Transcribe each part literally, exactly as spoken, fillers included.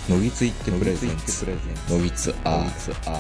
のぎついってプレゼンツのぎつアー。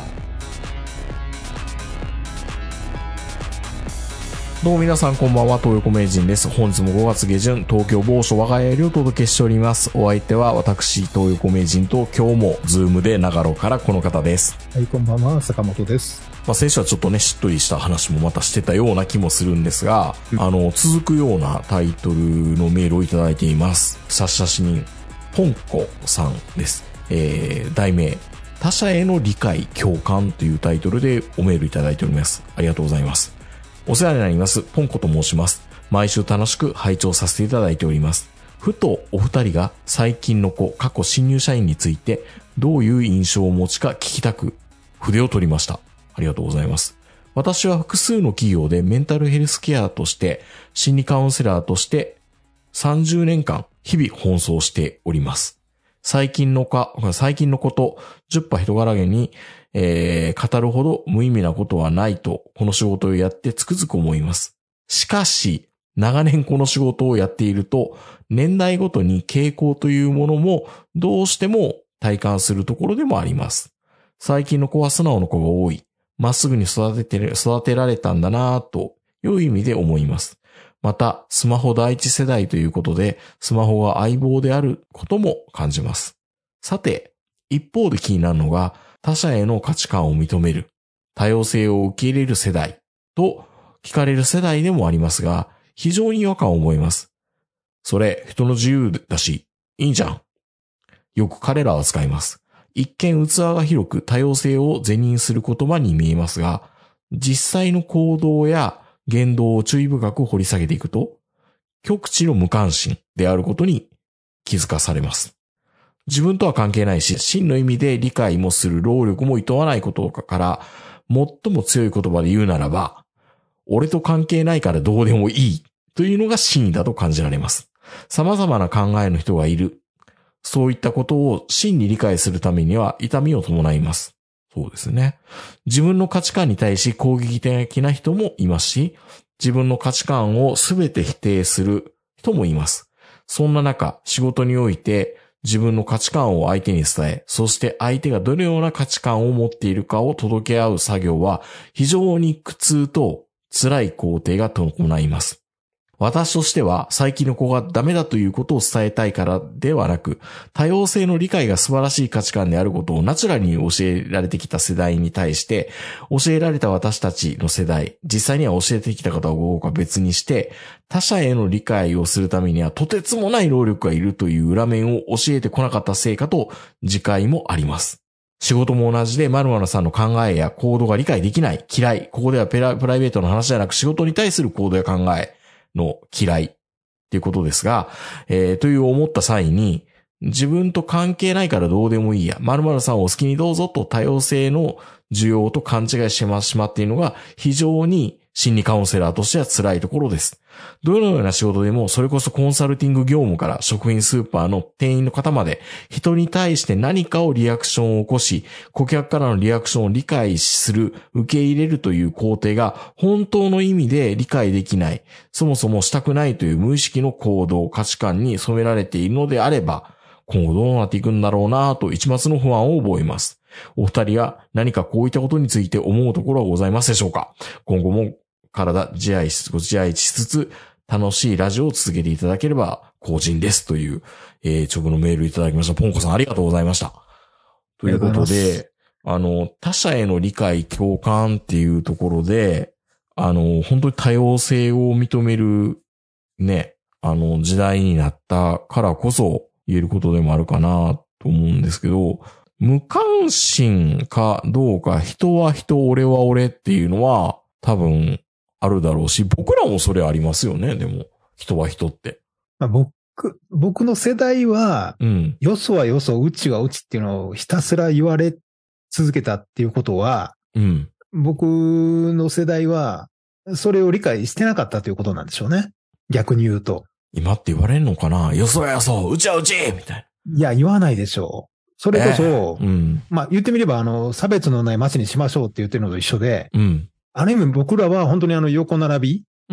どうも皆さんこんばんは、東横名人です。本日もごがつ下旬、東京某所我が家よりお届けしております。お相手は私、東横名人と今日もズームで長野からこの方です。 はい、こんばんは、坂本です。 まあ、先週はちょっとね、しっとりした話もまたしてたような気もするんですが、うん、あの、続くようなタイトルのメールをいただいています。差出人、ポンコさんです。えー、題名、他者への理解、共感というタイトルでおメールいただいております。ありがとうございます。お世話になります。ポンコと申します。毎週楽しく拝聴させていただいております。ふとお二人が最近の子、過去新入社員についてどういう印象をお持ちか聞きたく筆を取りました。ありがとうございます。私は複数の企業でメンタルヘルスケアとして心理カウンセラーとしてさんじゅうねんかん日々奔走しております。最近のか、最近のこと、じゅっぱ人柄げに、えー、語るほど無意味なことはないと、この仕事をやってつくづく思います。しかし、長年この仕事をやっていると、年代ごとに傾向というものもどうしても体感するところでもあります。最近の子は素直な子が多い。まっすぐに育てて、育てられたんだなぁという意味で思います。また、スマホ第一世代ということで、スマホが相棒であることも感じます。さて、一方で気になるのが、他者への価値観を認める、多様性を受け入れる世代と聞かれる世代でもありますが、非常に違和感を覚えます。それ、人の自由だし、いいんじゃん。よく彼らは使います。一見器が広く多様性を是認する言葉に見えますが、実際の行動や言動を注意深く掘り下げていくと、極地の無関心であることに気づかされます。自分とは関係ないし、真の意味で理解もする労力も厭わないことから、最も強い言葉で言うならば、俺と関係ないからどうでもいいというのが真意だと感じられます。様々な考えの人がいる。そういったことを真に理解するためには痛みを伴います。そうですね。自分の価値観に対し攻撃的な人もいますし、自分の価値観をすべて否定する人もいます。そんな中、仕事において自分の価値観を相手に伝え、そして相手がどのような価値観を持っているかを届け合う作業は非常に苦痛と辛い工程が伴います。私としては最近の子がダメだということを伝えたいからではなく、多様性の理解が素晴らしい価値観であることをナチュラルに教えられてきた世代に対して、教えられた私たちの世代、実際には教えてきた方をどうか別にして、他者への理解をするためにはとてつもない労力がいるという裏面を教えてこなかったせいかと自戒もあります。仕事も同じで〇〇さんの考えや行動が理解できない、嫌い、ここではプライベートの話じゃなく仕事に対する行動や考え、の嫌いっていうことですが、えー、という思った際に、自分と関係ないからどうでもいいや、〇〇さんをお好きにどうぞと多様性の需要と勘違いしてしまっているのが非常に心理カウンセラーとしては辛いところです。どのような仕事でもそれこそコンサルティング業務から食品スーパーの店員の方まで人に対して何かをリアクションを起こし、顧客からのリアクションを理解する、受け入れるという工程が本当の意味で理解できない、そもそもしたくないという無意識の行動、価値観に染められているのであれば、今後どうなっていくんだろうなぁと一抹の不安を覚えます。お二人は何かこういったことについて思うところはございますでしょうか？今後も体自愛し、ご自愛しつつ楽しいラジオを続けていただければ幸甚ですという、えー、直のメールいただきました。ポンコさんありがとうございました。ということで、あの、他者への理解、共感っていうところで、あの、本当に多様性を認めるね、あの、時代になったからこそ言えることでもあるかなと思うんですけど、無関心かどうか、人は人、俺は俺っていうのは多分あるだろうし、僕らもそれありますよね、でも。人は人って。 まあ、僕、僕の世代は、 うん、 よそはよそ、うちはうちっていうのをひたすら言われ続けたっていうことは、 うん、 僕の世代は、それを理解してなかったということなんでしょうね。逆に言うと。 今って言われんのかな？よそはよそ、うちはうちみたいな。いや、言わないでしょう。それこそ、えーうん、 まあ言ってみれば、あの、差別のない街にしましょうって言ってるのと一緒で、 うん、 ある意味僕らは本当にあの横並び、 うん、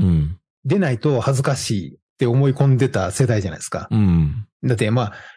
でないと恥ずかしいって思い込んでた世代じゃないですか。 うん、 だってまあ、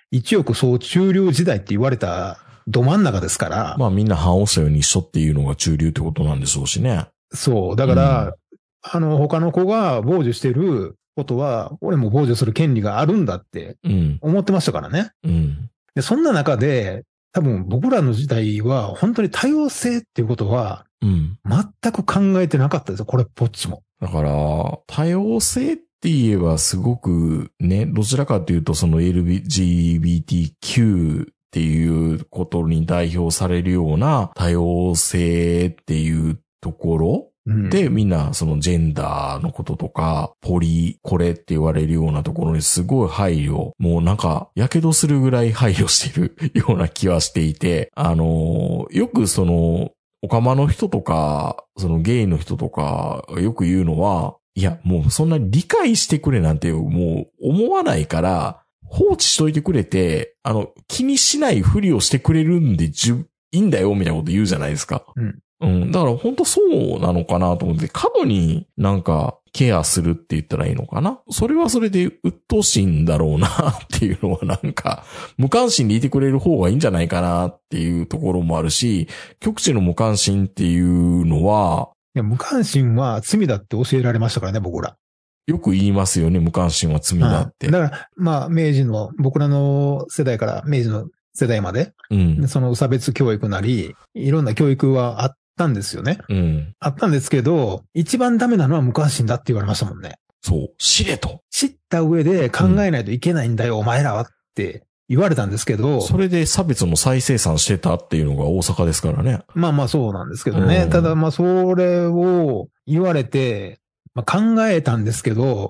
一億総中流時代って言われたど真ん中ですから。 まあみんな反応したように一緒っていうのが中流ってことなんでしょうしね。 そう。だから、うん、あの、他の子が傍受してることは、俺も傍受する権利があるんだって思ってましたからね。 うん。 で、そんな中で、多分僕らの時代は本当に多様性っていうことは、全く考えてなかったですよ。これっぽっちも。 だから、多様性って言えばすごくね、どちらかというとその エルジービーティーキュー っていうことに代表されるような多様性っていうところで、みんなそのジェンダーのこととか、ポリコレって言われるようなところにすごい配慮、もうなんか、やけどするぐらい配慮してるような気はしていて、あの、よくその、オカマの人とか、そのゲイの人とか、よく言うのは、いや、もうそんな理解してくれなんてもう思わないから、放置しといてくれて、あの、気にしないふりをしてくれるんでじゅ、いいんだよ、みたいなこと言うじゃないですか。 うん。 うん。だから本当そうなのかなと思って、過度になんかケアするって言ったらいいのかな。それはそれで鬱陶しいんだろうなっていうのはなんか、無関心でいてくれる方がいいんじゃないかなっていうところもあるし、極地の無関心っていうのは、 いや、無関心は罪だって教えられましたからね、僕ら。 よく言いますよね、無関心は罪だって。 うん、だから、まあ、明治の、僕らの世代から明治の世代まで、うん、その差別教育なり、いろんな教育はあったんですよね。 うん。 あったんですけど、一番ダメなのは無関心だって言われましたもんね。 そう。知れと。 知った上で考えないといけないんだよ、うん、お前らはって言われたんですけど。 それで差別の再生産してたっていうのが大阪ですからね。 まあまあそうなんですけどね。うん、ただまあそれを言われて、まあ、考えたんですけど、 うん、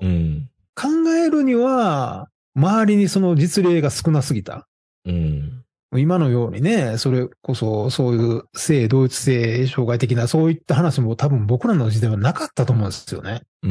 考えるには、周りにその実例が少なすぎた。 うん、 今のようにね、それこそそういう性同一性障害的なそういった話も多分僕らの時代はなかったと思うんですよね。 うん。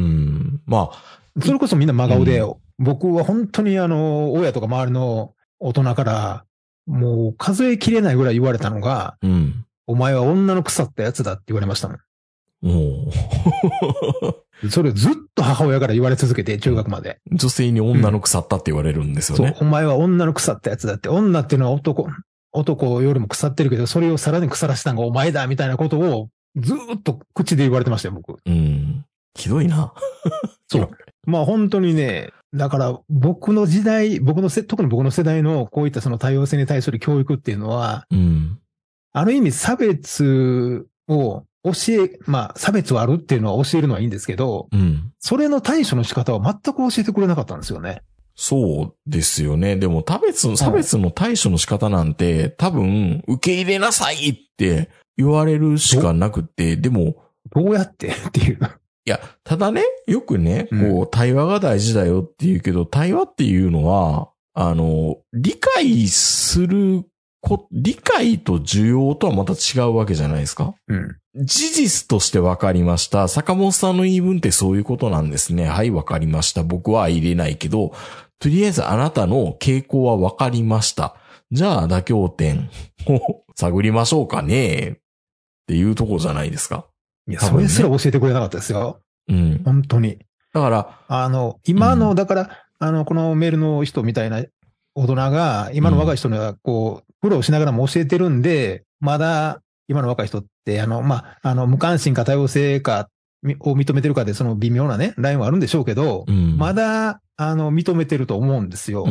まあ。 それこそみんな真顔で、うん、僕は本当にあの、親とか周りの大人からもう数えきれないぐらい言われたのが、 うん、 お前は女の腐ったやつだって言われましたもん。 おそれをずっと母親から言われ続けて、中学まで。 女性に女の腐ったって言われるんですよね。 うん、そう、お前は女の腐ったやつだって。女っていうのは男、男よりも腐ってるけど、それをさらに腐らしたのがお前だ、みたいなことをずっと口で言われてましたよ、僕。 うん。ひどいな。 そう。まあ本当にね、だから僕の時代、僕のせ、特に僕の世代のこういったその多様性に対する教育っていうのは、 うん、 ある意味差別を教え、まあ差別はあるっていうのは教えるのはいいんですけど、 うん、 それの対処の仕方は全く教えてくれなかったんですよね。 そうですよね。でも差別、差別の対処の仕方なんて、はい、多分受け入れなさいって言われるしかなくて、でも、 どうやってっていう。 いや、ただね、よくね、こう、対話が大事だよって言うけど、対話っていうのは、あの、理解するこ、理解と需要とはまた違うわけじゃないですか。 うん。 事実として分かりました。坂本さんの言い分ってそういうことなんですね。はい、分かりました。僕は入れないけど、とりあえずあなたの傾向は分かりました。じゃあ妥協点を探りましょうかね。っていうところじゃないですか。 いや、それすら教えてくれなかったですよ。 うん。 本当に。 だから、 あの、今の、うん、だから、あの、このメールの人みたいな大人が、今の若い人には、こう、苦労しながらも教えてるんで、まだ、今の若い人って、あの、まあ、あの、無関心か多様性かを認めてるかで、その微妙なね、ラインはあるんでしょうけど、 うん、 まだ、あの、認めてると思うんですよ。 うん、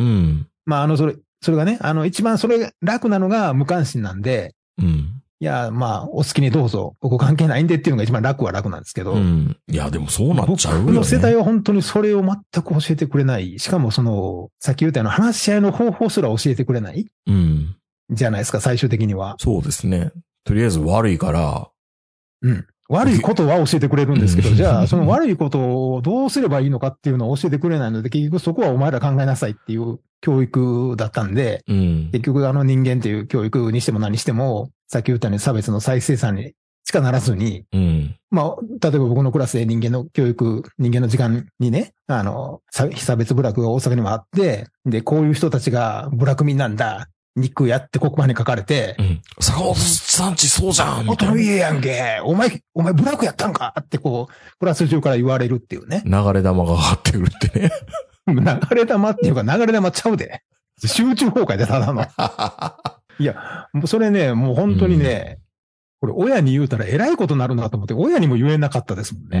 まあ、あの、それ、それがね、あの、一番それ楽なのが無関心なんで、 うん、 いや、まあ、お好きにどうぞ、ここ関係ないんでっていうのが一番楽は楽なんですけど。 うん。いや、でもそうなっちゃうよね。 僕の世代は本当にそれを全く教えてくれない。しかもその、さっき言ったような話し合いの方法すら教えてくれない。 うん。 じゃないですか、最終的には。 そうですね。とりあえず悪いから。 うん。悪いことは教えてくれるんですけど、じゃあ、その悪いことをどうすればいいのかっていうのを教えてくれないので、結局そこはお前ら考えなさいっていう教育だったんで、 うん、 結局あの人間っていう教育にしても何しても、さっき言ったように差別の再生産にしかならずに、 うん、 まあ、例えば僕のクラスで人間の教育、人間の時間にね、あの、差別部落が大阪にもあって、で、こういう人たちが部落民なんだ。肉やって黒板に書かれて、 うん。坂本さんちそうじゃんみたいな。元の家やんけ。お前、お前ブラックやったんかってこう、クラス中から言われるっていうね。 流れ玉が上がってくるってね。 流れ玉っていうか流れ玉ちゃうで。 集中崩壊でただの。いや、もうそれね、もう本当にね、うん、これ親に言うたら偉いことになるなと思って、親にも言えなかったですもんね。 うん。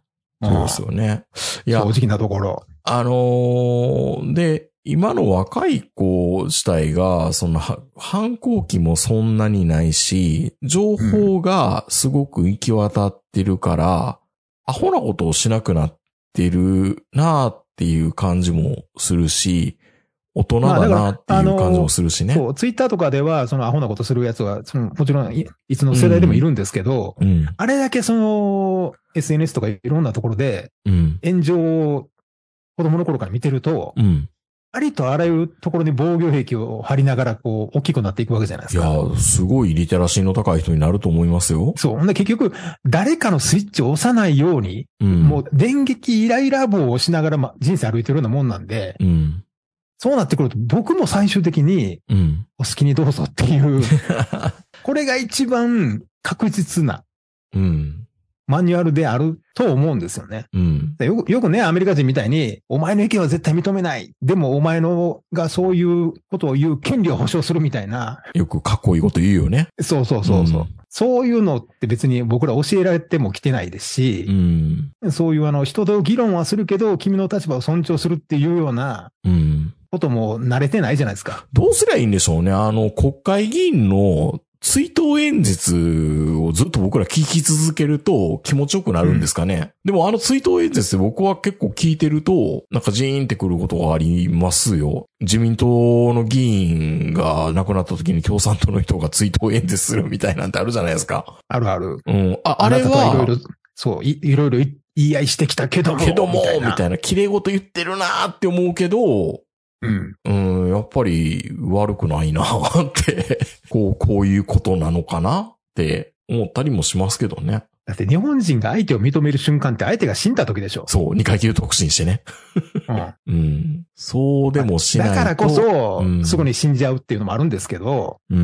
そうですよね。いや、 正直なところ。 あのー、で、今の若い子自体が、その、反抗期もそんなにないし、情報がすごく行き渡ってるから、うん、アホなことをしなくなってるなっていう感じもするし、大人だなっていう感じもするしね。 まあ、そう、ツイッターとかでは、そのアホなことするやつは、そのもちろんい、いつの世代でもいるんですけど、 うん、 あれだけその、エスエヌエス とかいろんなところで、炎上を子供の頃から見てると、うん、ありとあらゆるところに防御壁を張りながら、こう、大きくなっていくわけじゃないですか。 いや、すごいリテラシーの高い人になると思いますよ。 そう。で、結局、誰かのスイッチを押さないように、うん、もう、電撃イライラ棒をしながら、ま、人生歩いてるようなもんなんで、うん、そうなってくると、僕も最終的に、うん、お好きにどうぞっていう、これが一番確実な、うん、マニュアルであると思うんですよね。うん、よく、よくね、アメリカ人みたいに、お前の意見は絶対認めない。でも、お前のがそういうことを言う権利を保障するみたいな。 よくかっこいいこと言うよね。 そうそうそうそう、うん。そういうのって別に僕ら教えられても来てないですし、うん、そういうあの、人と議論はするけど、君の立場を尊重するっていうような、うんことも慣れてないじゃないですか。 どうすりゃいいんでしょうね。あの、国会議員の追悼演説をずっと僕ら聞き続けると気持ちよくなるんですかね。うん、でもあの追悼演説って僕は結構聞いてると、なんかジーンってくることがありますよ。自民党の議員が亡くなった時に共産党の人が追悼演説するみたいなんてあるじゃないですか。 あるある。 うん。あ、あれは。 いろいろ、そう、い、いろいろ言い合いしてきたけども。 けども、みたいな、綺麗事言ってるなーって思うけど、うん。うん、やっぱり悪くないなって、こう、こういうことなのかなって思ったりもしますけどね。 だって日本人が相手を認める瞬間って相手が死んだ時でしょ。 そう、二階級特進してね。うん。うん。そうでもしないと。 だからこそ、うん、すぐに死んじゃうっていうのもあるんですけど。うん。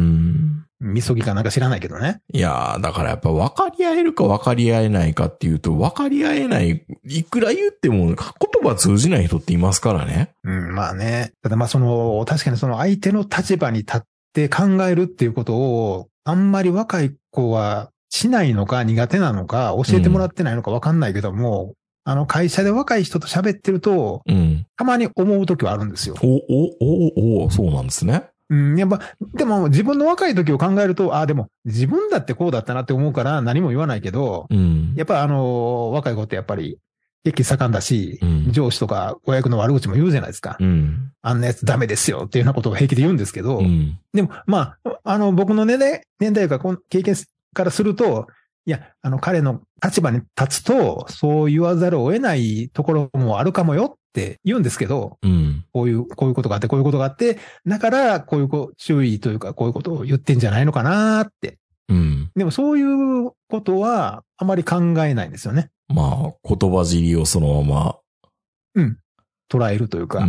みそぎかなんか知らないけどね。 いやー、だからやっぱ分かり合えるか分かり合えないかっていうと、分かり合えない、いくら言っても言葉通じない人っていますからね。 うん、まあね。ただまあその、確かにその相手の立場に立って考えるっていうことを、あんまり若い子はしないのか苦手なのか教えてもらってないのか分かんないけども、うん、あの会社で若い人と喋ってると、うん、たまに思う時はあるんですよ。 お、お、お、お、そうなんですね。 うん、やっぱ、でも自分の若い時を考えると、ああ、でも自分だってこうだったなって思うから何も言わないけど、うん、やっぱあの、若い子ってやっぱり、血気盛んだし、うん、上司とか親役の悪口も言うじゃないですか。うん、あんなやつダメですよっていうようなことを平気で言うんですけど、うん、でも、まあ、あの、僕の年代、年代が経験からすると、いや、あの、彼の立場に立つと、そう言わざるを得ないところもあるかもよって言うんですけど、うん、こういう、こういうことがあって、こういうことがあって、だから、こういうこう注意というか、こういうことを言ってんじゃないのかなって。うん、でも、そういうことは、あまり考えないんですよね。 まあ、言葉尻をそのまま。 うん。捉えるというか。うん。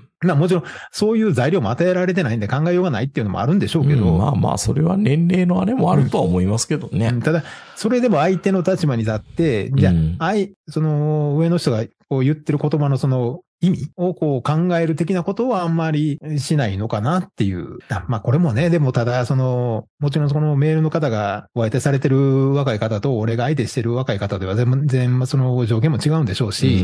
まあもちろん、そういう材料も与えられてないんで考えようがないっていうのもあるんでしょうけど。 うん、まあまあ、それは年齢のあれもあるとは思いますけどね。 うん、ただ、それでも相手の立場に立って、じゃあ、うん、相、その、上の人がこう言ってる言葉のその意味をこう考える的なことはあんまりしないのかなっていう。まあこれもね、でもただ、その、もちろんそのメールの方がお相手されてる若い方と俺が相手してる若い方では全然その条件も違うんでしょうし。うん。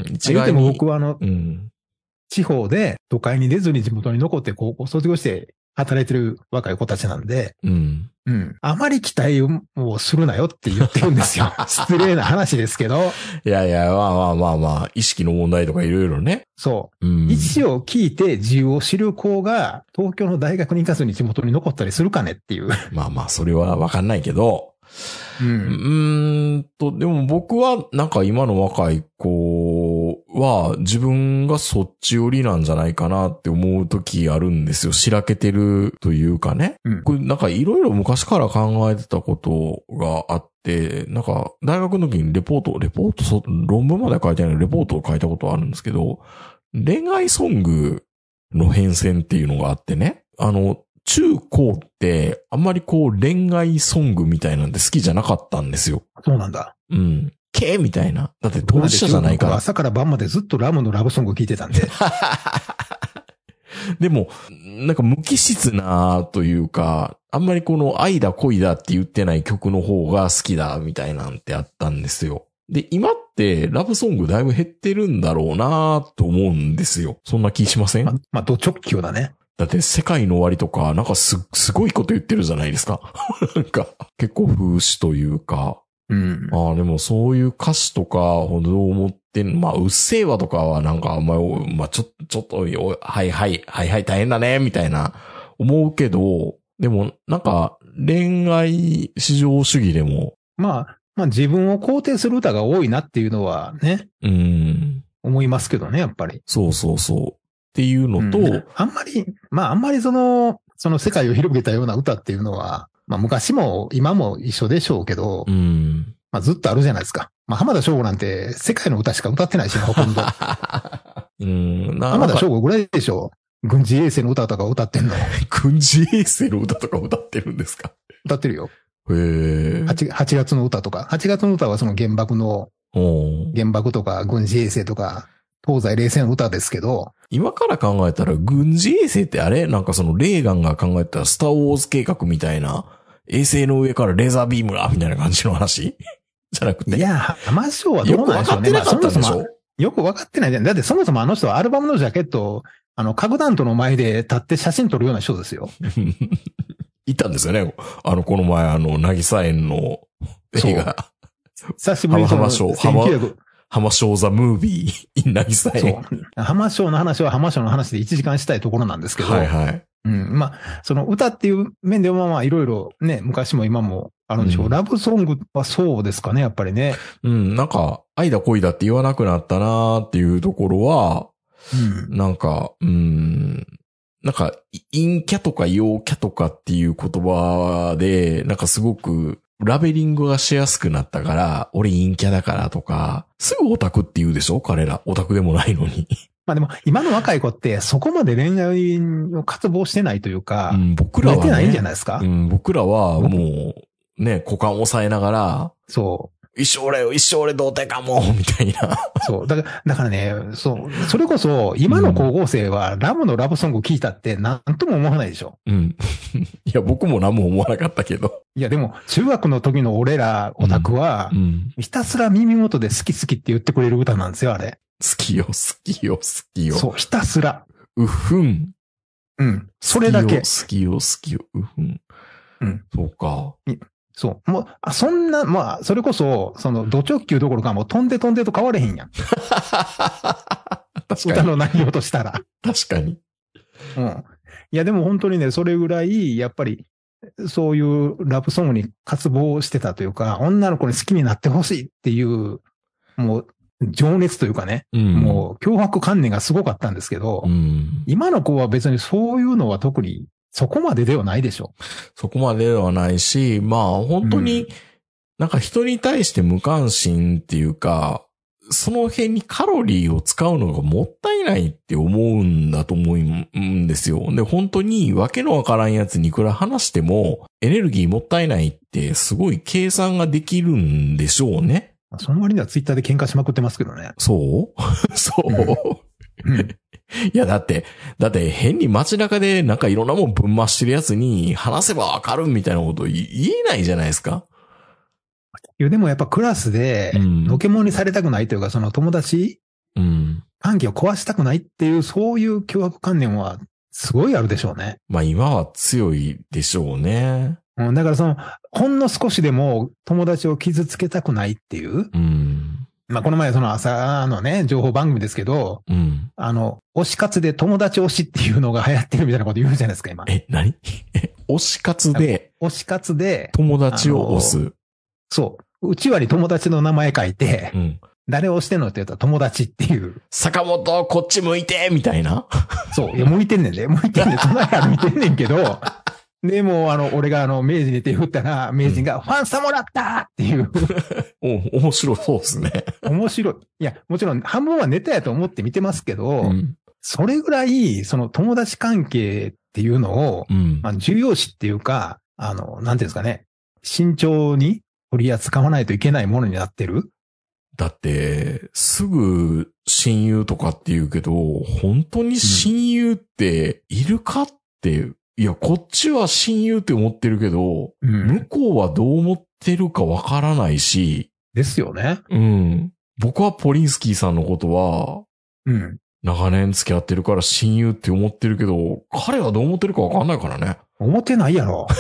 違いても僕はあの、うん、地方で都会に出ずに地元に残って高校卒業して働いてる若い子たちなんで、うん。うん。あまり期待をするなよって言ってるんですよ。失礼な話ですけど。 いやいや、まあまあまあまあ、意識の問題とかいろいろね。 そう。うん、意思を聞いて自由を知る子が東京の大学に行かずに地元に残ったりするかねっていう。 まあまあ、それはわかんないけど。うん。うーんと、でも僕はなんか今の若い子は自分がそっち寄りなんじゃないかなって思う時あるんですよ。しらけてるというかね。うん、これなんかいろいろ昔から考えてたことがあって、なんか大学の時にレポート、レポート、論文まで書いてないレポートを書いたことあるんですけど、恋愛ソングの変遷っていうのがあってね。あの、中高ってあんまりこう恋愛ソングみたいなんで好きじゃなかったんですよ。 そうなんだ。 うん。けーみたいな。だって当事者じゃないから。 朝から晩までずっとラムのラブソング聴いてたんで。 でも、なんか無機質なというか、あんまりこの愛だ恋だって言ってない曲の方が好きだみたいなんてあったんですよ。で、今ってラブソングだいぶ減ってるんだろうなと思うんですよ。そんな気しません？ ま、まあ、ド直球だね。 だって世界の終わりとか、なんかす、すごいこと言ってるじゃないですか。なんか、結構風刺というか。 うん。 ああ、でもそういう歌詞とか、ほどう思ってん、まあ、うっせぇわとかはなんか、まあ、まあ、ちょ、ちょっと、はいはい、はいはい大変だね、みたいな、思うけど、でも、なんか、恋愛至上主義でも。 まあ、まあ自分を肯定する歌が多いなっていうのはね。 うん。 思いますけどね、やっぱり。 そうそうそう。っていうのと、うん、 あんまり、まああんまりその、その世界を広げたような歌っていうのは、まあ昔も今も一緒でしょうけど、 うん、 まあずっとあるじゃないですか。まあ浜田省吾なんて世界の歌しか歌ってないし、ほとんど。 うん、な浜田省吾ぐらいでしょ。軍事衛星の歌とか歌ってんの。 軍事衛星の歌とか歌ってるんですか？ 歌ってるよ。 へー。 はち、はちがつの歌とか。はちがつの歌はその原爆の、原爆とか軍事衛星とか、東西冷戦の歌ですけど。 今から考えたら軍事衛星ってあれなんかそのレーガンが考えたスターウォーズ計画みたいな、衛星の上からレーザービームがみたいな感じの話じゃなくて。 いや、浜省はどうなんでしょうね。 よく分かってなかったんでしょ、 まあ、よく分かってないじゃん。だってそもそもあの人はアルバムのジャケットを、あの、核弾頭の前で立って写真撮るような人ですよ。 いたんですよね。あの、この前、あの、なぎさ園の映画。 久しぶりに浜省、浜、浜省ザムービー、インなぎさ園。 そう。浜省の話は浜省の話でいちじかんしたいところなんですけど。 はいはい。 うん。まあ、その歌っていう面ではまあ、いろいろね、昔も今もあるんでしょう。うん、ラブソングはそうですかね、やっぱりね。 うん、なんか、愛だ恋だって言わなくなったなーっていうところは、うん、なんか、うん、なんか、陰キャとか陽キャとかっていう言葉で、なんかすごくラベリングがしやすくなったから、俺陰キャだからとか、すぐオタクって言うでしょ彼ら。オタクでもないのに。 まあでも、今の若い子ってそこまで恋愛を渇望してないというか、 うん、僕らは、ね。 てないんじゃないですか、 うん、僕らはもう、ね、股間を押さえながら、 そう。 一生俺、一生俺童貞かもみたいな。 そう。だから、だからね、そう。それこそ、今の高校生は、ラブのラブソング聞いたって、なんとも思わないでしょ。 うん。いや、僕も何も思わなかったけど。 いや、でも、中学の時の俺ら、オタクは、うんうん、ひたすら耳元で好き好きって言ってくれる歌なんですよ、あれ。 好きよ、好きよ、好きよ。 そう、ひたすら。 うふん。 うん。それだけ。 好きよ、好きよ、好きよ、うふん。 うん。 そうか。 そう。もう、あ、そんな、まあ、それこそ、その、ド直球どころかもう飛んで飛んでと変われへんやん。確かに。 歌の内容としたら。 確かに。 うん。いや、でも本当にね、それぐらい、やっぱり、そういうラブソングに渇望してたというか、女の子に好きになってほしいっていう、もう、情熱というかね、うん、もう、脅迫観念がすごかったんですけど、うん、今の子は別にそういうのは特に、そこまでではないでしょ。 そこまでではないし、まあ本当に、なんか人に対して無関心っていうか、その辺にカロリーを使うのがもったいないって思うんだと思うんですよ。で、本当にわけのわからんやつにいくら話しても、エネルギーもったいないってすごい計算ができるんでしょうね。 その割にはツイッターで喧嘩しまくってますけどね。 そうそう、うんいや、だって、だって変に街中でなんかいろんなもんぶん回してるやつに話せばわかるみたいなこと言えないじゃないですか。 いや、でもやっぱクラスで、のけもんにされたくないというか、その友達、うん、関係を壊したくないっていう、そういう脅迫観念はすごいあるでしょうね。 まあ今は強いでしょうね。 うん、だからその、ほんの少しでも友達を傷つけたくないっていう。うんまあ、この前その朝のね、情報番組ですけど、うん、あの、推し活で友達推しっていうのが流行ってるみたいなこと言うじゃないですか、今。 え、何え、推し活で推し活で友達を推す。 そう。うちわに友達の名前書いて、うん、誰を推してんのって言ったら友達っていう。 坂本、こっち向いてみたいな。 そう。いや、向いてんねんで。向いてんねん。隣から見てんねんけど、で、もう、あの、俺があの、明治に手振ったら、明治が、ファンサもらったっていう。 お、面白そうですね。 面白い。いや、もちろん、半分はネタやと思って見てますけど、うん、それぐらい、その友達関係っていうのを、うん、まあ、重要視っていうか、あの、なんていうんですかね、慎重に取り扱わないといけないものになってる。 だって、すぐ親友とかって言うけど、本当に親友っているかって、うん、いや、こっちは親友って思ってるけど、うん、向こうはどう思ってるかわからないし。 ですよね。 うん。僕はポリンスキーさんのことは、うん。長年付き合ってるから親友って思ってるけど、彼はどう思ってるかわかんないからね。 思ってないやろ。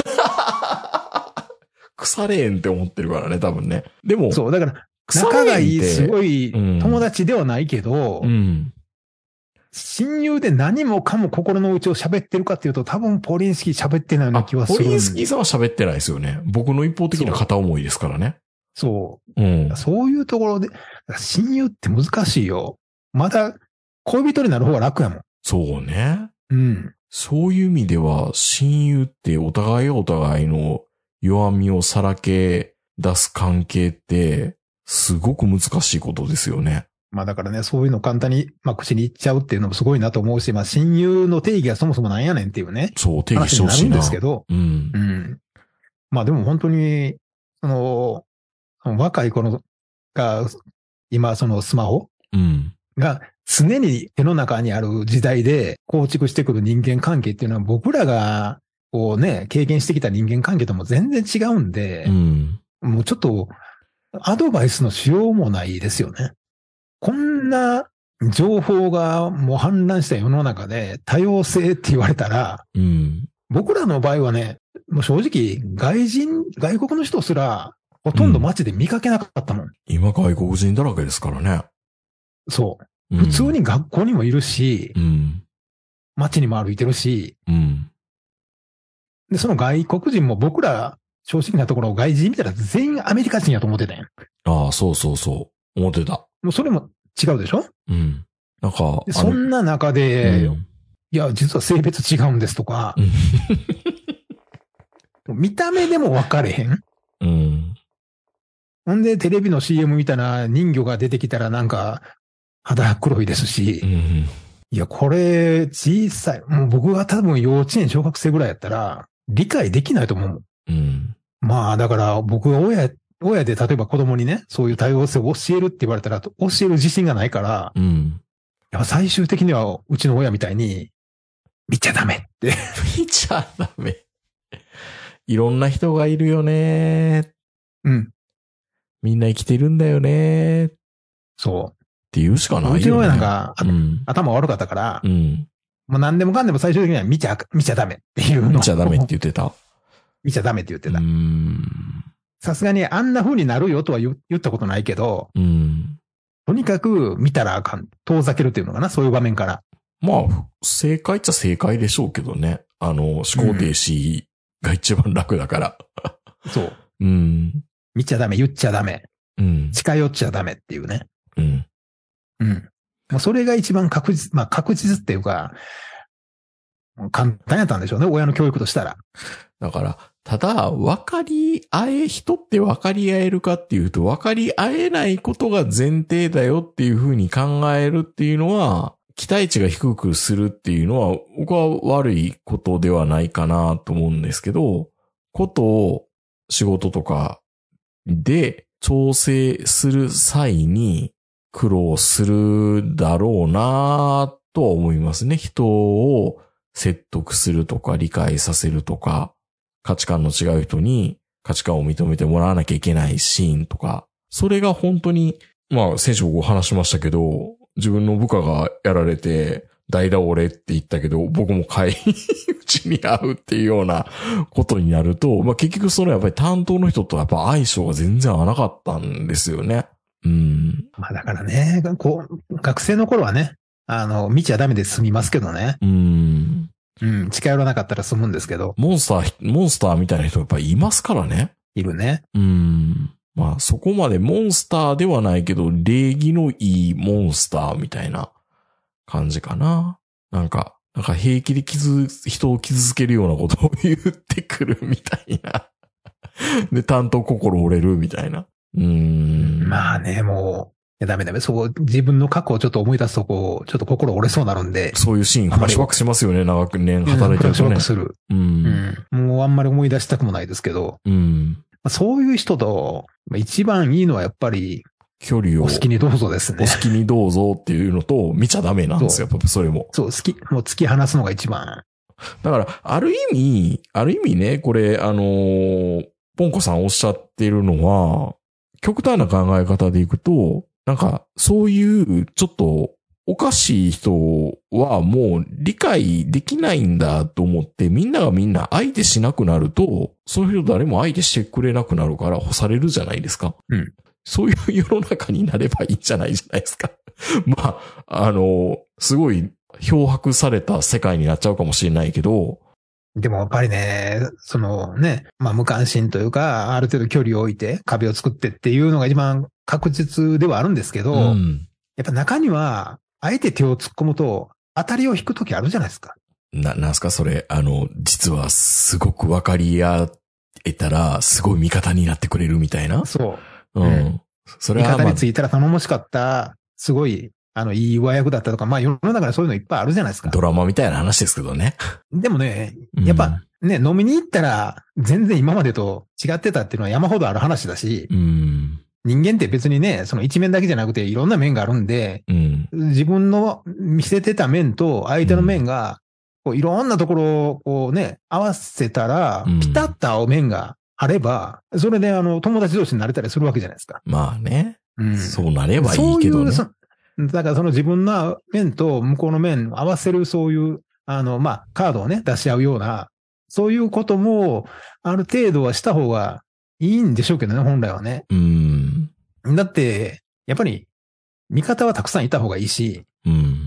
腐れんって思ってるからね、多分ね。でも。 そう、だから、仲がいい、すごい友達ではないけど、うん、親友で何もかも心の内を喋ってるかっていうと、多分ポリンスキー喋ってないような気はする。 ポリンスキーさんは喋ってないですよね。僕の一方的な片思いですからね。 そう。うん、そういうところで、親友って難しいよ。まだ恋人になる方が楽やもん。 そうね。 うん。 そういう意味では、親友ってお互いがお互いの弱みをさらけ出す関係って、すごく難しいことですよね。 まあだからね、そういうの簡単に、まあ口に言っちゃうっていうのもすごいなと思うし、まあ親友の定義がそもそもなんやねんっていうね。 そう、定義してほしいな。 話になるんですけど。うん。うん。まあでも本当に、その、若い頃が、今そのスマホが常に手の中にある時代で構築してくる人間関係っていうのは僕らがこうね、経験してきた人間関係とも全然違うんで、うん、もうちょっとアドバイスのしようもないですよね。こんな情報がもう氾濫した世の中で多様性って言われたら、うん、僕らの場合はね、もう正直外人、外国の人すらほとんど街で見かけなかったもん。うん、 今外国人だらけですからね。 そう。普通に学校にもいるし、うん、街にも歩いてるし、うん、で、その外国人も僕ら正直なところ外人見たら全員アメリカ人やと思ってたんや。 ああ、そうそうそう。思ってた。 もうそれも違うでしょ？ うん。なんか。 そんな中で、うん、いや、実は性別違うんですとか、見た目でも分かれへん。うん。ほんで、テレビの シーエム 見たら人魚が出てきたらなんか肌黒いですし、うん、いや、これ小さい、もう僕が多分幼稚園小学生ぐらいやったら理解できないと思う。うん、まあ、だから僕が親、親で例えば子供にね、そういう多様性を教えるって言われたら教える自信がないから、うん、やっぱ最終的にはうちの親みたいに見ちゃダメって。 見ちゃダメ。いろんな人がいるよね。うん。みんな生きてるんだよね。 そう。 って言うしかないよね。 うちの親なんか、うん、頭悪かったから、うん、もう何でもかんでも最終的には見ちゃ、見ちゃダメっていうの。 見ちゃダメって言ってた？ 見ちゃダメって言ってた。さすがにあんな風になるよとは言ったことないけど、うん、とにかく見たらあかん。遠ざけるっていうのかな、そういう場面から。 まあ、正解っちゃ正解でしょうけどね。あの、思考停止が一番楽だから。 うん、そう。うん。見ちゃダメ、言っちゃダメ。うん。近寄っちゃダメっていうね。うん。うん。もうそれが一番確実、まあ確実っていうか、簡単やったんでしょうね、親の教育としたら。 だから、ただ、分かり合え、人って分かり合えるかっていうと、分かり合えないことが前提だよっていうふうに考えるっていうのは、期待値が低くするっていうのは、僕は悪いことではないかなと思うんですけど、ことを仕事とかで調整する際に苦労するだろうなとは思いますね。人を説得するとか理解させるとか、価値観の違う人に価値観を認めてもらわなきゃいけないシーンとか、それが本当に、まあ先週僕話しましたけど、自分の部下がやられて、代打俺って言ったけど、僕も帰りうちに会うっていうようなことになると、まあ結局そのやっぱり担当の人とやっぱ相性が全然合わなかったんですよね。うん。 まあだからね、こう、学生の頃はね、あの、見ちゃダメで済みますけどね。うん。うん、近寄らなかったら済むんですけど。 モンスター、モンスターみたいな人やっぱいますからね。 いるね。 うん。まあそこまでモンスターではないけど、礼儀のいいモンスターみたいな感じかな。なんか、なんか平気で傷、人を傷つけるようなことを言ってくるみたいな。で、担当心折れるみたいな。うーん。 まあね、もう、いやダメダメ。そこ、自分の過去をちょっと思い出すとこう、ちょっと心折れそうになるんで。 そういうシーン、フラッシュバックしますよね、長く年働いてるとね。フラッシュバックする。うん。 うん。もうあんまり思い出したくもないですけど。うん。そういう人と、一番いいのはやっぱり、 距離を。 お好きにどうぞですね。 お好きにどうぞっていうのと、見ちゃダメなんですよ、やっぱそれも。 そう、好き、もう突き放すのが一番。 だから、ある意味、ある意味ね、これ、あのー、ポンコさんおっしゃってるのは、極端な考え方でいくと、なんか、そういう、ちょっと、おかしい人はもう理解できないんだと思って、みんながみんな相手しなくなると、そういう人誰も相手してくれなくなるから干されるじゃないですか。 うん。 そういう世の中になればいいんじゃないじゃないですか。まあ、あの、すごい漂白された世界になっちゃうかもしれないけど、 でもやっぱりね、そのね、まあ無関心というか、ある程度距離を置いて壁を作ってっていうのが一番確実ではあるんですけど、 うん、 やっぱ中には、あえて手を突っ込むと、当たりを引くときあるじゃないですか。 な、なんすかそれ、あの、実はすごく分かり合えたら、すごい味方になってくれるみたいな。 そう。 うん。 うん、 それは、まあ、 味方についたら頼もしかった、すごい、あの、いい上役だったとか、まあ世の中にそういうのいっぱいあるじゃないですか。 ドラマみたいな話ですけどね。 でもね、やっぱね、飲みに行ったら、全然今までと違ってたっていうのは山ほどある話だし、 うん、 人間って別にね、その一面だけじゃなくていろんな面があるんで、 うん、 自分の見せてた面と相手の面が、こういろんなところをこうね、合わせたら、ピタッと合う面があれば、それであの、友達同士になれたりするわけじゃないですか。 まあね。 うん、 そうなればいいけどね。 そういう、だからその自分の面と向こうの面を合わせるそういう、あの、まあ、カードをね、出し合うような、そういうことも、ある程度はした方がいいんでしょうけどね、本来はね。 うん。 だって、やっぱり、味方はたくさんいた方がいいし、 うん、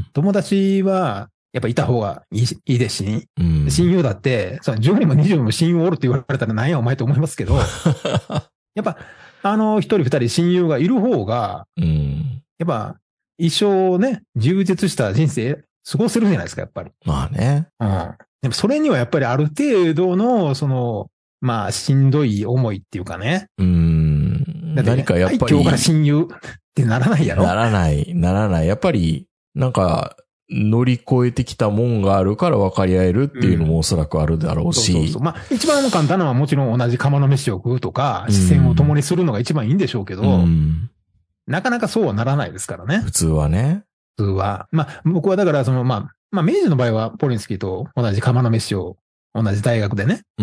友達は、やっぱいた方がいいいいですし、 うん、 親友だって、そのじゅうにんもにじゅうにんも親友おるって言われたらなんやお前と思いますけど、やっぱ、あの、一人二人親友がいる方が、 うん、 やっぱ、一生ね、充実した人生過ごせるじゃないですか、やっぱり。 まあね。 うん。でもそれにはやっぱりある程度の、その、まあ、しんどい思いっていうかね。 うん。 だってね、 何かやっぱり。 今日から親友ってならないやろ？ ならない、ならない。やっぱり、なんか、乗り越えてきたもんがあるから分かり合えるっていうのもおそらくあるだろうし。 うん、そうそうそう。まあ、一番簡単なのはもちろん同じ釜の飯を食うとか、視線を共にするのが一番いいんでしょうけど、うん、なかなかそうはならないですからね。 普通はね。 普通は。まあ、僕はだから、その、まあ、まあ、明治の場合は、ポリンスキーと同じ釜の飯を、同じ大学でね、 うん。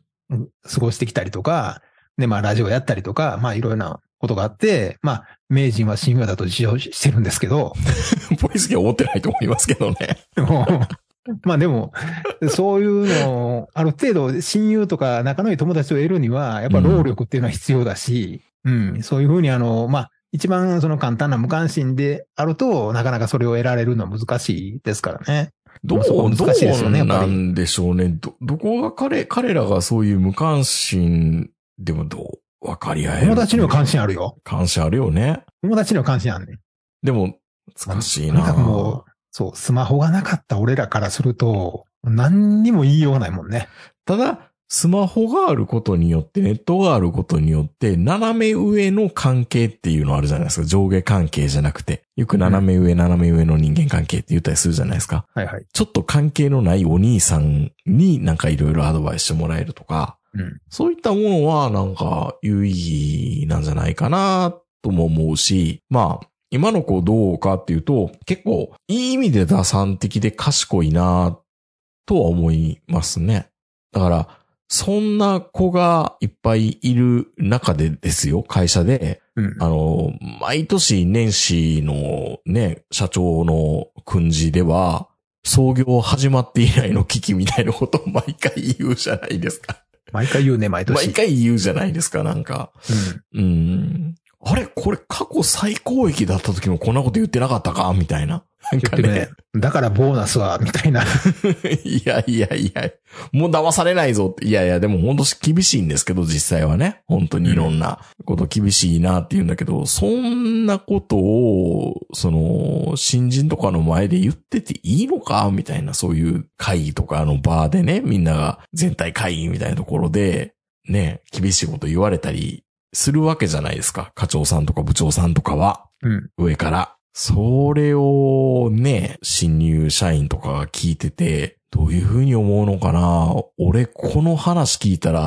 過ごしてきたりとか、で、まあ、ラジオやったりとか、まあ、いろいろなことがあって、まあ、名人は親友だと自称してるんですけど。 ポリンスキーは思ってないと思いますけどね。 まあでも、そういうのを、ある程度親友とか仲のいい友達を得るには、やっぱ労力っていうのは必要だし、うん、うん、そういうふうにあの、まあ、一番その簡単な無関心であると、なかなかそれを得られるのは難しいですからね。 どう、どうなんでしょうね。ど、どこが彼、彼らがそういう無関心でもどう分かり合える。 友達には関心あるよ。 関心あるよね。 友達には関心あるね。 でも、難しいな。 とにかくもう、そう、スマホがなかった俺らからすると、何にも言いようがないもんね。 ただ、スマホがあることによって、ネットがあることによって、斜め上の関係っていうのあるじゃないですか。上下関係じゃなくて。よく斜め上、うん、斜め上の人間関係って言ったりするじゃないですか。 はいはい。 ちょっと関係のないお兄さんになんかいろいろアドバイスしてもらえるとか、 うん、 そういったものはなんか有意義なんじゃないかなとも思うし、まあ、今の子どうかっていうと、結構いい意味で打算的で賢いなとは思いますね。だから、そんな子がいっぱいいる中でですよ、会社で。うん、あの、毎年年始のね、社長の訓示では、創業始まって以来の危機みたいなことを毎回言うじゃないですか。 毎回言うね、毎年。 毎回言うじゃないですか、なんか。うん。うんあれこれ過去最高益だった時もこんなこと言ってなかったかみたいな。なんかね。 ねだからボーナスは、みたいな。 いやいやいや。もう騙されないぞって。いやいや、でも本当厳しいんですけど、実際はね。本当にいろんなこと厳しいなって言うんだけど、うん、そんなことを、その、新人とかの前で言ってていいのかみたいな、そういう会議とかの場でね、みんなが全体会議みたいなところで、ね、厳しいこと言われたり、するわけじゃないですか。課長さんとか部長さんとかは。 うん。 上から。それをね、新入社員とかが聞いてて、どういうふうに思うのかな。俺、この話聞いたら、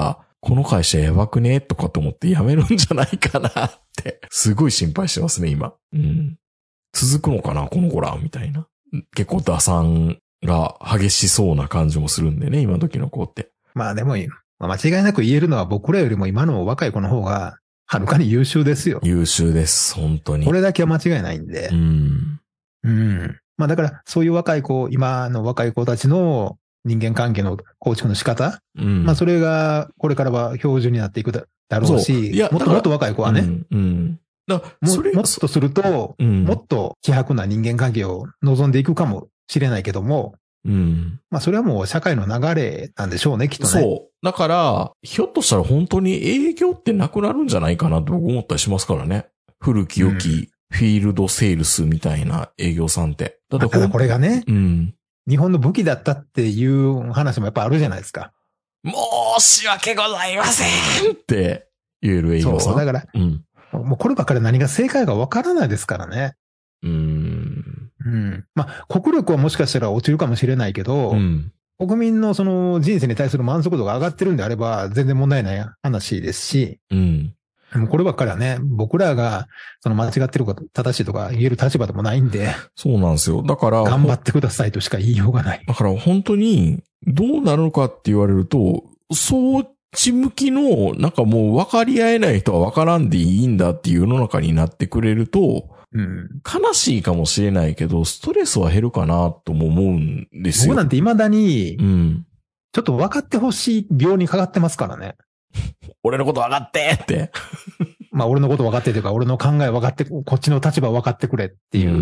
この会社やばくねとかと思って辞めるんじゃないかなって、すごい心配してますね、今。うん。続くのかな、この子ら、みたいな。結構打算が激しそうな感じもするんでね、今時の子って。 まあでも、間違いなく言えるのは僕らよりも今の若い子の方が、はるかに優秀ですよ。 優秀です、本当に。 これだけは間違いないんで。 うん。 うん。まあだから、そういう若い子、今の若い子たちの人間関係の構築の仕方。うん。まあそれが、これからは標準になっていくだろうし、いやもっともっと若い子はね。うん。うん、だも, それもっとすると、うん、もっと希薄な人間関係を望んでいくかもしれないけども、うん。まあそれはもう社会の流れなんでしょうね、きっとね。 そう。だから、ひょっとしたら本当に営業ってなくなるんじゃないかなと僕思ったりしますからね。古き良きフィールドセールスみたいな営業さんって。 だってこれがね、うん。日本の武器だったっていう話もやっぱあるじゃないですか。 申し訳ございませんって言える営業さん。 そう、だから、うん。もうこればっかり何が正解かわからないですからね。うーん。うん。まあ、国力はもしかしたら落ちるかもしれないけど、うん、国民のその人生に対する満足度が上がってるんであれば全然問題ない話ですし、うん。もうこればっかりはね、僕らがその間違ってるか正しいとか言える立場でもないんで。 そうなんですよ。だから。 頑張ってくださいとしか言いようがない。 だから本当にどうなるのかって言われると、そうち向きの、なんかもう分かり合えない人は分からんでいいんだっていう世の中になってくれると、うん、悲しいかもしれないけど、ストレスは減るかなとも思うんですよ。 僕なんて未だに、うん、ちょっと分かってほしい病にかかってますからね。 俺のこと分かってって。 まあ俺のこと分かってというか、俺の考え分かって、こっちの立場分かってくれっていう。うん、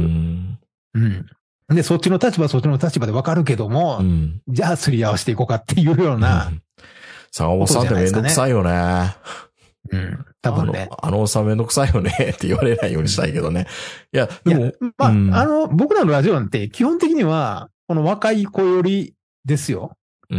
うん。で、そっちの立場はそっちの立場で分かるけども、うん、じゃあすり合わせていこうかっていうような、うん坂本さんってめんどくさいよね。 うん。多分ね。 あの、あのおっさんめんどくさいよねって言われないようにしたいけどね。いや、でも。 まあ、うん、あの、僕らのラジオなんて基本的には、この若い子よりですよ。 うん、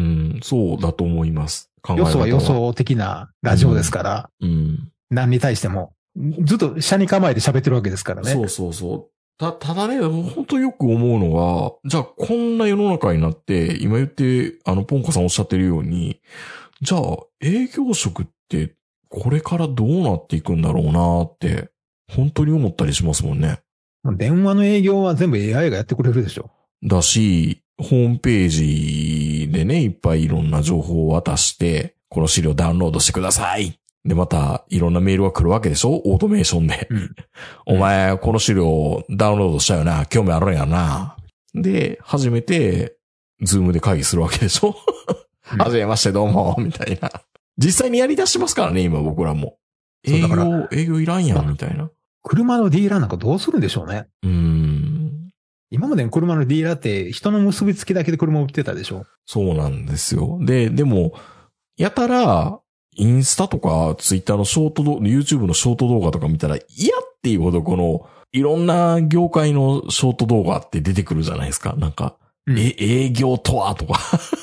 そうだと思います。 考え方は。よそはよそ的なラジオですから。うん。うん、何に対しても。ずっと車に構えて喋ってるわけですからね。 そうそうそう。た、ただね、本当よく思うのは、じゃあこんな世の中になって、今言って、あの、ポンコさんおっしゃってるように、じゃあ、営業職ってこれからどうなっていくんだろうなって、本当に思ったりしますもんね。 電話の営業は全部 エーアイ がやってくれるでしょ。 だし、ホームページでね、いっぱいいろんな情報を渡して、この資料ダウンロードしてください。で、また、いろんなメールが来るわけでしょ？オートメーションで。うん、お前、この資料ダウンロードしたよな。興味あるんやな。で、初めて、ズームで会議するわけでしょ？はじめましてどうも、みたいな。実際にやり出しますからね、今僕らも。営業、営業いらんやん、みたいな。 車のディーラーなんかどうするんでしょうね。うーん。今までの車のディーラーって人の結びつきだけで車を売ってたでしょ。 そうなんですよ。で、でも、やたら、インスタとかツイッターのショート動画、YouTube のショート動画とか見たら嫌っていうほどこの、いろんな業界のショート動画って出てくるじゃないですか。なんか、うん、え、営業とはとか。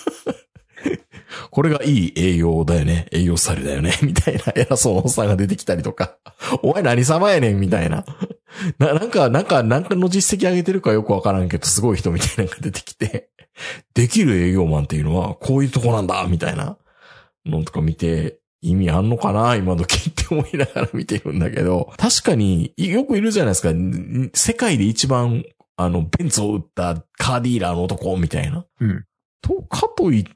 これがいい営業だよね。営業スタイルだよね。みたいな偉そうなおっさんが出てきたりとか。お前何様やねんみたいな。な、なんか、なんか、なんかの実績上げてるかよくわからんけど、すごい人みたいなのが出てきて、できる営業マンっていうのはこういうとこなんだみたいなのとか見て、意味あんのかな今時って思いながら見てるんだけど、確かによくいるじゃないですか。世界で一番、あの、ベンツを売ったカーディーラーの男みたいな。うん。と、かといって、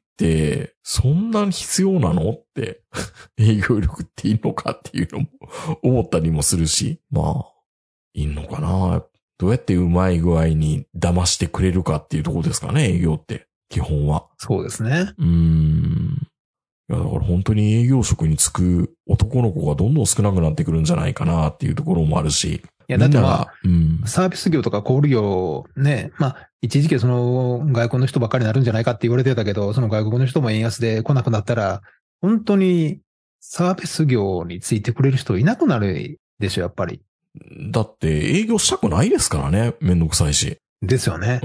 そんなに必要なのって営業力っていいのかっていうのも思ったりもするし、まあいいのかな。どうやってうまい具合に騙してくれるかっていうところですかね、営業って基本は。 そうですね。 うーん。いやだから本当に営業職に就く男の子がどんどん少なくなってくるんじゃないかなっていうところもあるし。 いやだってまあ、うん、サービス業とか小売業ね、まあ一時期その外国の人ばっかりになるんじゃないかって言われてたけど、その外国の人も円安で来なくなったら、本当にサービス業についてくれる人いなくなるでしょ、やっぱり。 だって営業したくないですからね、めんどくさいし。 ですよね。 うん。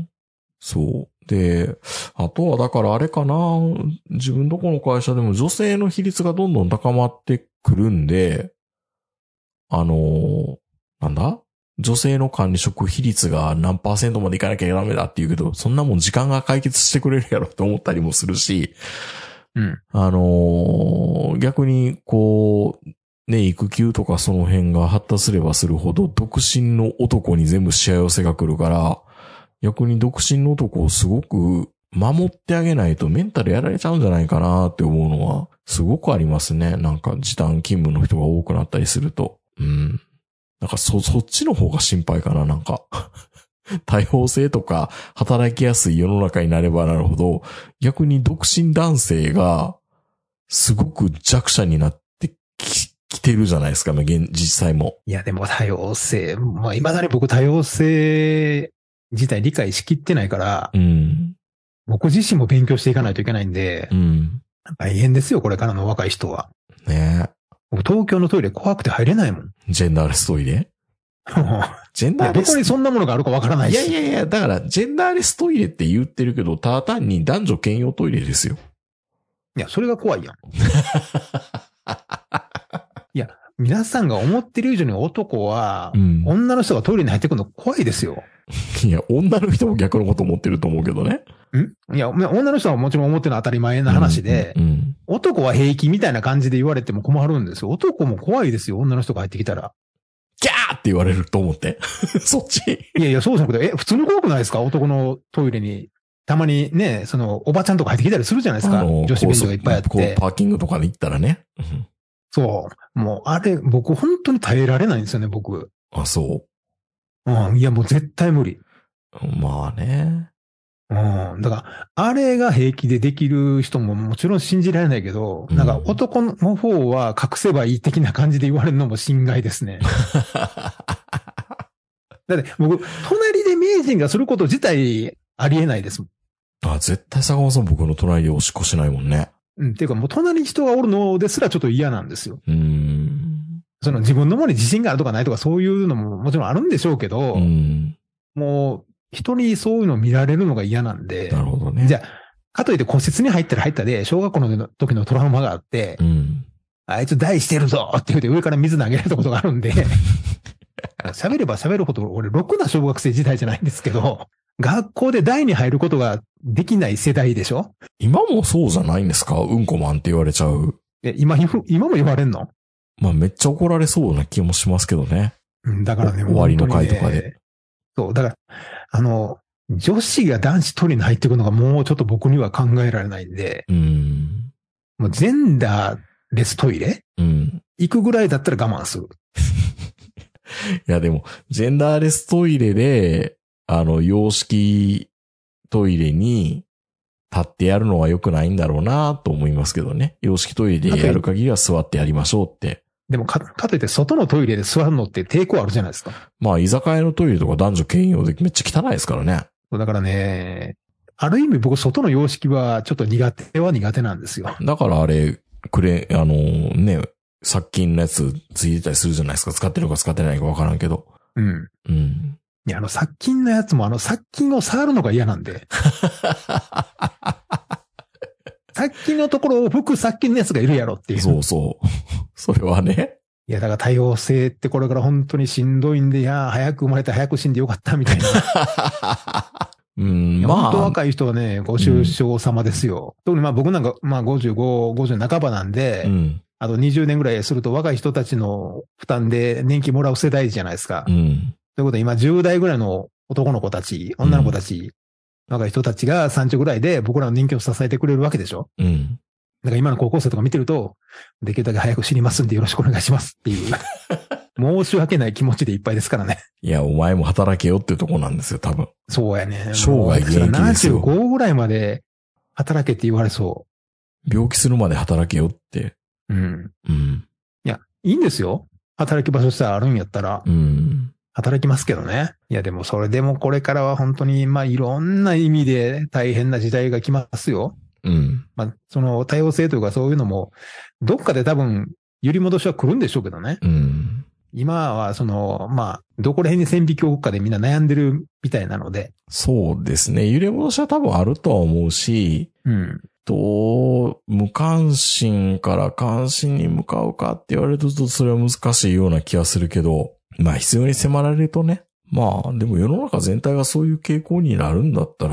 そう。で、あとはだからあれかな、自分どこの会社でも女性の比率がどんどん高まってくるんで、あの、なんだ女性の管理職比率が何パーセントまでいかなきゃダメだって言うけど、そんなもん時間が解決してくれるやろって思ったりもするし、 うん。 あのー逆に、こう、ね、育休とかその辺が発達すればするほど、独身の男に全部幸寄せが来るから、逆に独身の男をすごく守ってあげないとメンタルやられちゃうんじゃないかなって思うのは、すごくありますね。なんか時短勤務の人が多くなったりすると。うん。なんかそ、そっちの方が心配かな、なんか。多様性とか働きやすい世の中になればなるほど、逆に独身男性がすごく弱者になってき、きてるじゃないですか、現実際も。 いや、でも多様性、まあ、未だに僕多様性自体理解しきってないから、 うん。 僕自身も勉強していかないといけないんで、 うん。 大変ですよ、これからの若い人は。 ねえ。 僕東京のトイレ怖くて入れないもん。 ジェンダーレストイレジェンいや、 ダーレスどこにそんなものがあるかわからないし。 いやいやいや、だから、ジェンダーレストイレって言ってるけど、ただ単に男女兼用トイレですよ。 いや、それが怖いやん。いや、皆さんが思ってる以上に男は、 うん、 女の人がトイレに入ってくるの怖いですよ。 いや、女の人も逆のこと思ってると思うけどね。 んいや、女の人はもちろん思ってるのは当たり前な話で、 うんうん、 男は平気みたいな感じで言われても困るんですよ。男も怖いですよ、女の人が入ってきたら。 キャーって言われると思って。そっち。 いやいや、そうじゃなくて、え、普通に怖くないですか？男のトイレに。たまにね、その、おばちゃんとか入ってきたりするじゃないですか。女子便所がいっぱいあって。 こうパーキングとかで行ったらね。 そう。もう、あれ、僕本当に耐えられないんですよね、僕。 あ、そう。 うん。いや、もう絶対無理。 まあね。 うん。だから、あれが平気でできる人ももちろん信じられないけど、うん、なんか男の方は隠せばいい的な感じで言われるのも心外ですね。だって僕、隣で名人がすること自体ありえないですもん。 あ、絶対坂本さん僕の隣でおしっこしないもんね。 うん。っていうかもう隣に人がおるのですらちょっと嫌なんですよ。 うーん。 その自分のものに自信があるとかないとかそういうのももちろんあるんでしょうけど、 うん、 もう人にそういうのを見られるのが嫌なんで。 なるほどね。 じゃあ、かといって個室に入ったら入ったで、小学校の時のトラウマがあって、 うん、 あいつ大してるぞって言うて上から水投げられたことがあるんで、喋れば喋るほど俺、ろくな小学生時代じゃないんですけど、学校で大に入ることができない世代でしょ？ 今もそうじゃないんですか？うんこマンって言われちゃう。 え、今、今も言われんの？ まあめっちゃ怒られそうな気もしますけどね。 うん、だからね、 終わりの回とかで、ね。 そう、だから、あの、女子が男子トイレに入ってくるのがもうちょっと僕には考えられないんで、 うん。 もうジェンダーレストイレ？ うん。 行くぐらいだったら我慢する。 いやでも、ジェンダーレストイレで、あの、洋式トイレに立ってやるのは良くないんだろうなと思いますけどね。洋式トイレでやる限りは座ってやりましょうって。 でもか、かといって外のトイレで座るのって抵抗あるじゃないですか。 まあ、居酒屋のトイレとか男女兼用でめっちゃ汚いですからね。 だからね、ある意味僕外の洋式はちょっと苦手は苦手なんですよ。 だからあれ、くれ、あのね、殺菌のやつついてたりするじゃないですか。使ってるか使ってないかわからんけど。 うん。 うん。 いや、あの殺菌のやつもあの殺菌を触るのが嫌なんで。殺菌のところを拭く殺菌のやつがいるやろっていう。 そうそう。それはね。 いや、だから多様性ってこれから本当にしんどいんで、いや、早く生まれて早く死んでよかったみたいな。 うん、まあ。 本当若い人はね、ご愁傷様ですよ。うん、特にまあ僕なんか、まあごじゅうご、ごじゅう半ばなんで、うん、あとにじゅうねんぐらいすると若い人たちの負担で年金もらう世代じゃないですか。うん、ということで今じゅう代ぐらいの男の子たち、女の子たち、うん、若い人たちがさんじゅうぐらいで僕らの年金を支えてくれるわけでしょ。うん。だから今の高校生とか見てると、できるだけ早く死にますんでよろしくお願いしますっていう、申し訳ない気持ちでいっぱいですからね。 いや、お前も働けよっていうとこなんですよ、多分。 そうやね。 生涯現役ですよ。 ななじゅうごぐらいまで働けって言われそう。 病気するまで働けよって。 うん。うん。いや、いいんですよ。働き場所さえあるんやったら。うん。働きますけどね。いや、でもそれでもこれからは本当に、まあいろんな意味で大変な時代が来ますよ。うん。まあ、その多様性というかそういうのも、どっかで多分、揺り戻しは来るんでしょうけどね。うん。今は、その、まあ、どこら辺に線引きを置くかでみんな悩んでるみたいなので。 そうですね。揺り戻しは多分あるとは思うし、うん。と、無関心から関心に向かうかって言われると、それは難しいような気がするけど、まあ、必要に迫られるとね。まあ、でも世の中全体がそういう傾向になるんだったら、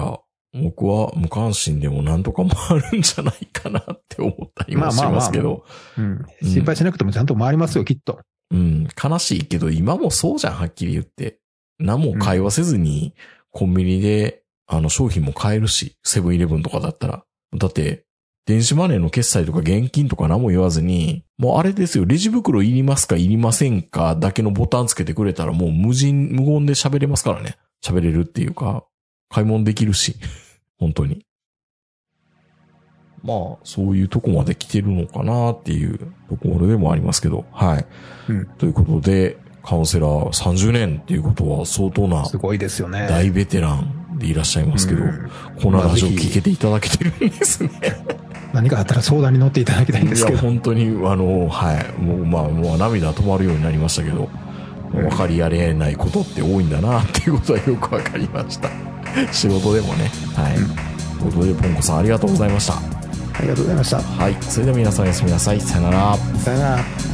僕は無関心でもなんとか回るんじゃないかなって思ったりもしますけど。 うん。心配しなくてもちゃんと回りますよ、きっと。 うん。悲しいけど、今もそうじゃん、はっきり言って。何も会話せずに、コンビニで、あの、商品も買えるし、セブンイレブンとかだったら。だって、電子マネーの決済とか現金とか何も言わずに、もうあれですよ、レジ袋いりますかいりませんかだけのボタンつけてくれたらもう無人、無言で喋れますからね。喋れるっていうか、買い物できるし。本当に。まあ、そういうとこまで来てるのかなっていうところでもありますけど、はい。うん、ということで、カウンセラーさんじゅうねんっていうことは相当な、 すごいですよね。 大ベテランでいらっしゃいますけど、うん、こんなラジオ聞けていただけてるんですね。 何かあったら相談に乗っていただきたいんですけど。 いや、本当に、あの、はい。もう、まあ、もう涙止まるようになりましたけど、分かりやれないことって多いんだなっていうことはよくわかりました。仕事でもね。はい。うん、ということで、ポンコさんありがとうございました。 ありがとうございました。 はい。それでは皆さんおやすみなさい。さよなら。 さよなら。